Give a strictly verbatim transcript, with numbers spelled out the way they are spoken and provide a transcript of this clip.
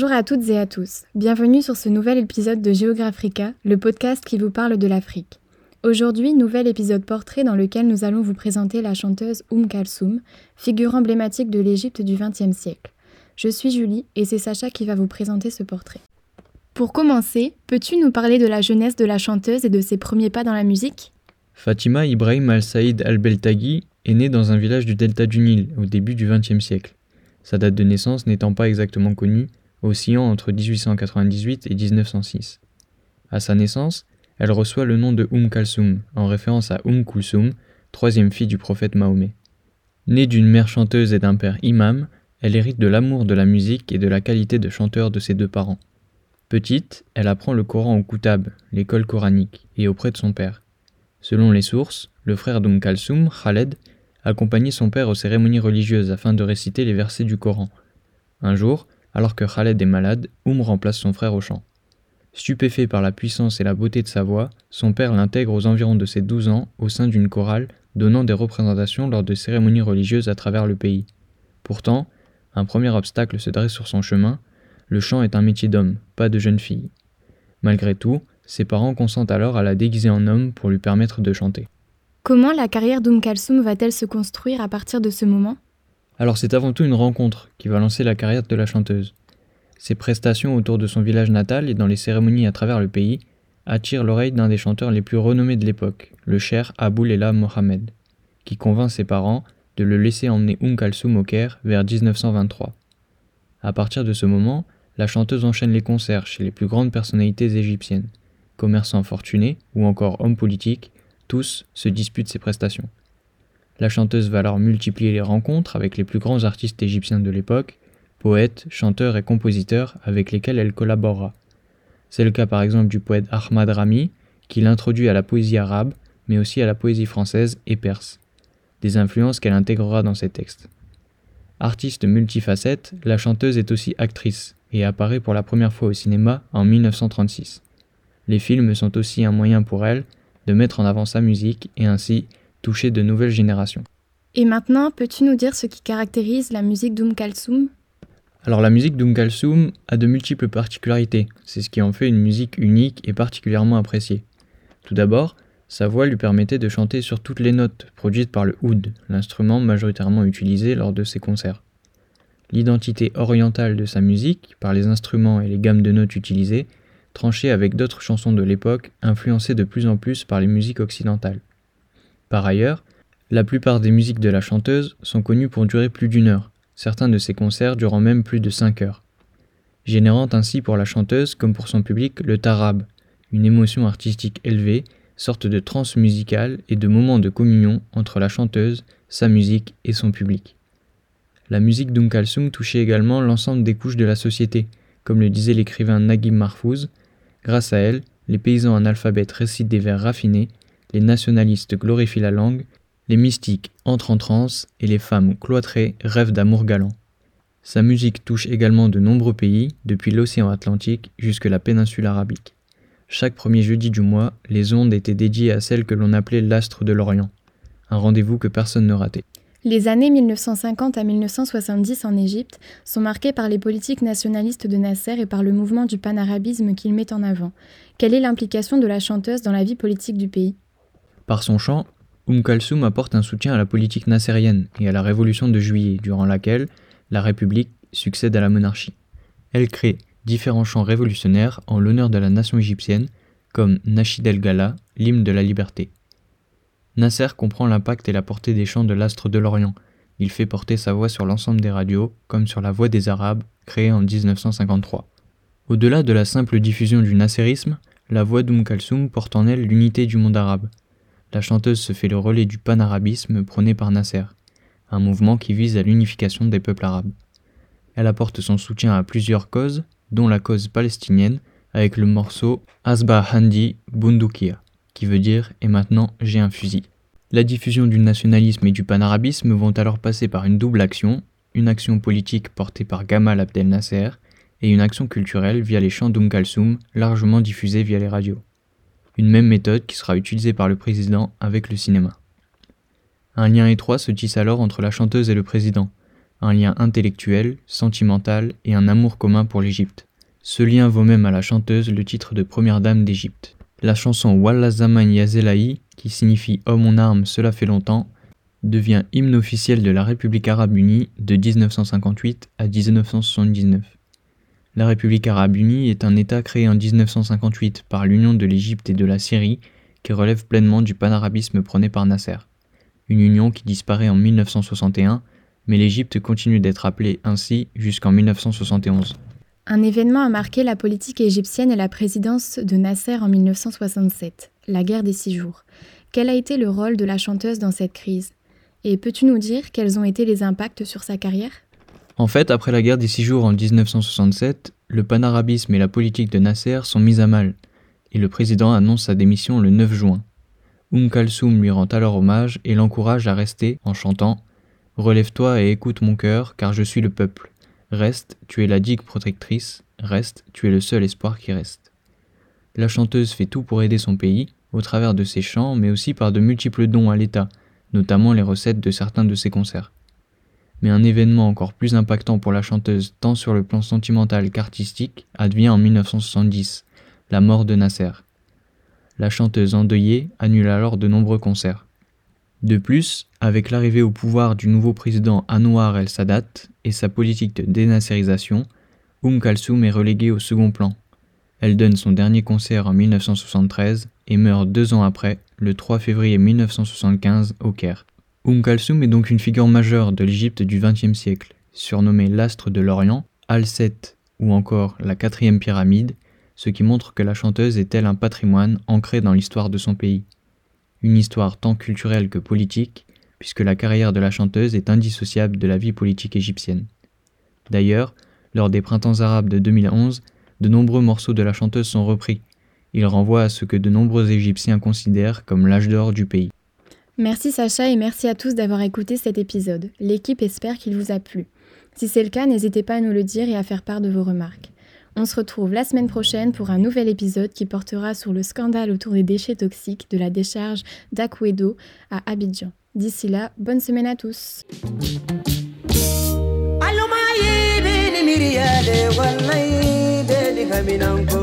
Bonjour à toutes et à tous, bienvenue sur ce nouvel épisode de Geographica, le podcast qui vous parle de l'Afrique. Aujourd'hui, nouvel épisode portrait dans lequel nous allons vous présenter la chanteuse Oum Kalsoum, figure emblématique de l'Égypte du vingtième siècle. Je suis Julie et c'est Sacha qui va vous présenter ce portrait. Pour commencer, peux-tu nous parler de la jeunesse de la chanteuse et de ses premiers pas dans la musique ? Fatima Ibrahim Al-Saïd Al-Beltaghi est née dans un village du delta du Nil au début du vingtième siècle. Sa date de naissance n'étant pas exactement connue, oscillant entre dix-huit cent quatre-vingt-dix-huit et dix-neuf cent six. À sa naissance, elle reçoit le nom de Oum Kalsoum, en référence à Oum Kulsoum, troisième fille du prophète Mahomet. Née d'une mère chanteuse et d'un père imam, elle hérite de l'amour de la musique et de la qualité de chanteur de ses deux parents. Petite, elle apprend le Coran au Koutab, l'école coranique, et auprès de son père. Selon les sources, le frère d'Oum Kalsoum, Khaled, accompagnait son père aux cérémonies religieuses afin de réciter les versets du Coran. Un jour, alors que Khaled est malade, Oum remplace son frère au chant. Stupéfait par la puissance et la beauté de sa voix, son père l'intègre aux environs de ses douze ans au sein d'une chorale, donnant des représentations lors de cérémonies religieuses à travers le pays. Pourtant, un premier obstacle se dresse sur son chemin, le chant est un métier d'homme, pas de jeune fille. Malgré tout, ses parents consentent alors à la déguiser en homme pour lui permettre de chanter. Comment la carrière d'Oum Kalsoum va-t-elle se construire à partir de ce moment ? Alors c'est avant tout une rencontre qui va lancer la carrière de la chanteuse. Ses prestations autour de son village natal et dans les cérémonies à travers le pays attirent l'oreille d'un des chanteurs les plus renommés de l'époque, le cheikh Abou Leila Mohamed, qui convainc ses parents de le laisser emmener Oum Kalsoum au Caire vers dix-neuf cent vingt-trois. À partir de ce moment, la chanteuse enchaîne les concerts chez les plus grandes personnalités égyptiennes. Commerçants fortunés ou encore hommes politiques, tous se disputent ses prestations. La chanteuse va alors multiplier les rencontres avec les plus grands artistes égyptiens de l'époque, poètes, chanteurs et compositeurs avec lesquels elle collaborera. C'est le cas par exemple du poète Ahmad Rami, qui l'introduit à la poésie arabe, mais aussi à la poésie française et perse, des influences qu'elle intégrera dans ses textes. Artiste multifacette, la chanteuse est aussi actrice et apparaît pour la première fois au cinéma en dix-neuf cent trente-six. Les films sont aussi un moyen pour elle de mettre en avant sa musique et ainsi toucher de nouvelles générations. Et maintenant, peux-tu nous dire ce qui caractérise la musique d'Oum Kalsoum ? Alors la musique d'Oum Kalsoum a de multiples particularités, c'est ce qui en fait une musique unique et particulièrement appréciée. Tout d'abord, sa voix lui permettait de chanter sur toutes les notes produites par le oud, l'instrument majoritairement utilisé lors de ses concerts. L'identité orientale de sa musique, par les instruments et les gammes de notes utilisées, tranchait avec d'autres chansons de l'époque, influencées de plus en plus par les musiques occidentales. Par ailleurs, la plupart des musiques de la chanteuse sont connues pour durer plus d'une heure, certains de ses concerts durant même plus de cinq heures, générant ainsi pour la chanteuse comme pour son public le tarab, une émotion artistique élevée, sorte de transe musicale et de moment de communion entre la chanteuse, sa musique et son public. La musique d'Oum Kalsoum touchait également l'ensemble des couches de la société, comme le disait l'écrivain Naguib Mahfouz. Grâce à elle, les paysans analphabètes récitent des vers raffinés, les nationalistes glorifient la langue, les mystiques entrent en transe et les femmes cloîtrées rêvent d'amour galant. Sa musique touche également de nombreux pays, depuis l'océan Atlantique jusque la péninsule arabique. Chaque premier jeudi du mois, les ondes étaient dédiées à celle que l'on appelait l'astre de l'Orient, un rendez-vous que personne ne ratait. Les années mille neuf cent cinquante à mille neuf cent soixante-dix en Égypte sont marquées par les politiques nationalistes de Nasser et par le mouvement du panarabisme qu'il met en avant. Quelle est l'implication de la chanteuse dans la vie politique du pays ? Par son chant, Oum Kalsoum apporte un soutien à la politique nassérienne et à la révolution de juillet, durant laquelle la République succède à la monarchie. Elle crée différents chants révolutionnaires en l'honneur de la nation égyptienne, comme Nachid el-Gala, l'hymne de la liberté. Nasser comprend l'impact et la portée des chants de l'astre de l'Orient. Il fait porter sa voix sur l'ensemble des radios, comme sur la Voix des Arabes, créée en dix-neuf cent cinquante-trois. Au-delà de la simple diffusion du nasserisme, la voix d'Oum Kalsoum porte en elle l'unité du monde arabe. La chanteuse se fait le relais du panarabisme prôné par Nasser, un mouvement qui vise à l'unification des peuples arabes. Elle apporte son soutien à plusieurs causes, dont la cause palestinienne, avec le morceau « Asbah Handi Bundukia », qui veut dire « Et maintenant, j'ai un fusil ». La diffusion du nationalisme et du panarabisme vont alors passer par une double action, une action politique portée par Gamal Abdel Nasser et une action culturelle via les chants d'Oum Kalsoum, largement diffusés via les radios. Une même méthode qui sera utilisée par le président avec le cinéma. Un lien étroit se tisse alors entre la chanteuse et le président, un lien intellectuel, sentimental et un amour commun pour l'Égypte. Ce lien vaut même à la chanteuse le titre de première dame d'Égypte. La chanson Wallah Zaman Ya Zelahi, qui signifie « Homme en armes, cela fait longtemps », devient hymne officiel de la République arabe unie de dix-neuf cent cinquante-huit à dix-neuf cent soixante-dix-neuf. La République arabe unie est un État créé en dix-neuf cent cinquante-huit par l'union de l'Égypte et de la Syrie qui relève pleinement du panarabisme prôné par Nasser. Une union qui disparaît en mille neuf cent soixante et un, mais l'Égypte continue d'être appelée ainsi jusqu'en mille neuf cent soixante et onze. Un événement a marqué la politique égyptienne et la présidence de Nasser en mille neuf cent soixante-sept, la guerre des six jours. Quel a été le rôle de la chanteuse dans cette crise ? Et peux-tu nous dire quels ont été les impacts sur sa carrière ? En fait, après la guerre des six jours en dix-neuf cent soixante-sept, le panarabisme et la politique de Nasser sont mis à mal, et le président annonce sa démission le neuf juin. Oum Kalsoum lui rend alors hommage et l'encourage à rester en chantant « Relève-toi et écoute mon cœur, car je suis le peuple. Reste, tu es la digue protectrice. Reste, tu es le seul espoir qui reste. » La chanteuse fait tout pour aider son pays, au travers de ses chants, mais aussi par de multiples dons à l'État, notamment les recettes de certains de ses concerts. Mais un événement encore plus impactant pour la chanteuse tant sur le plan sentimental qu'artistique advient en mille neuf cent soixante-dix, la mort de Nasser. La chanteuse endeuillée annule alors de nombreux concerts. De plus, avec l'arrivée au pouvoir du nouveau président Anouar el-Sadat et sa politique de dénasserisation, Oum Kalsoum est reléguée au second plan. Elle donne son dernier concert en mille neuf cent soixante-treize et meurt deux ans après, le trois février mille neuf cent soixante-quinze, au Caire. Oum Kalsoum est donc une figure majeure de l'Égypte du vingtième siècle, surnommée l'astre de l'Orient, Al-Set ou encore la quatrième pyramide, ce qui montre que la chanteuse est elle un patrimoine ancré dans l'histoire de son pays. Une histoire tant culturelle que politique, puisque la carrière de la chanteuse est indissociable de la vie politique égyptienne. D'ailleurs, lors des printemps arabes de deux mille onze, de nombreux morceaux de la chanteuse sont repris. Ils renvoient à ce que de nombreux Égyptiens considèrent comme l'âge d'or du pays. Merci Sacha et merci à tous d'avoir écouté cet épisode. L'équipe espère qu'il vous a plu. Si c'est le cas, n'hésitez pas à nous le dire et à faire part de vos remarques. On se retrouve la semaine prochaine pour un nouvel épisode qui portera sur le scandale autour des déchets toxiques de la décharge d'Akwedo à Abidjan. D'ici là, bonne semaine à tous. Allo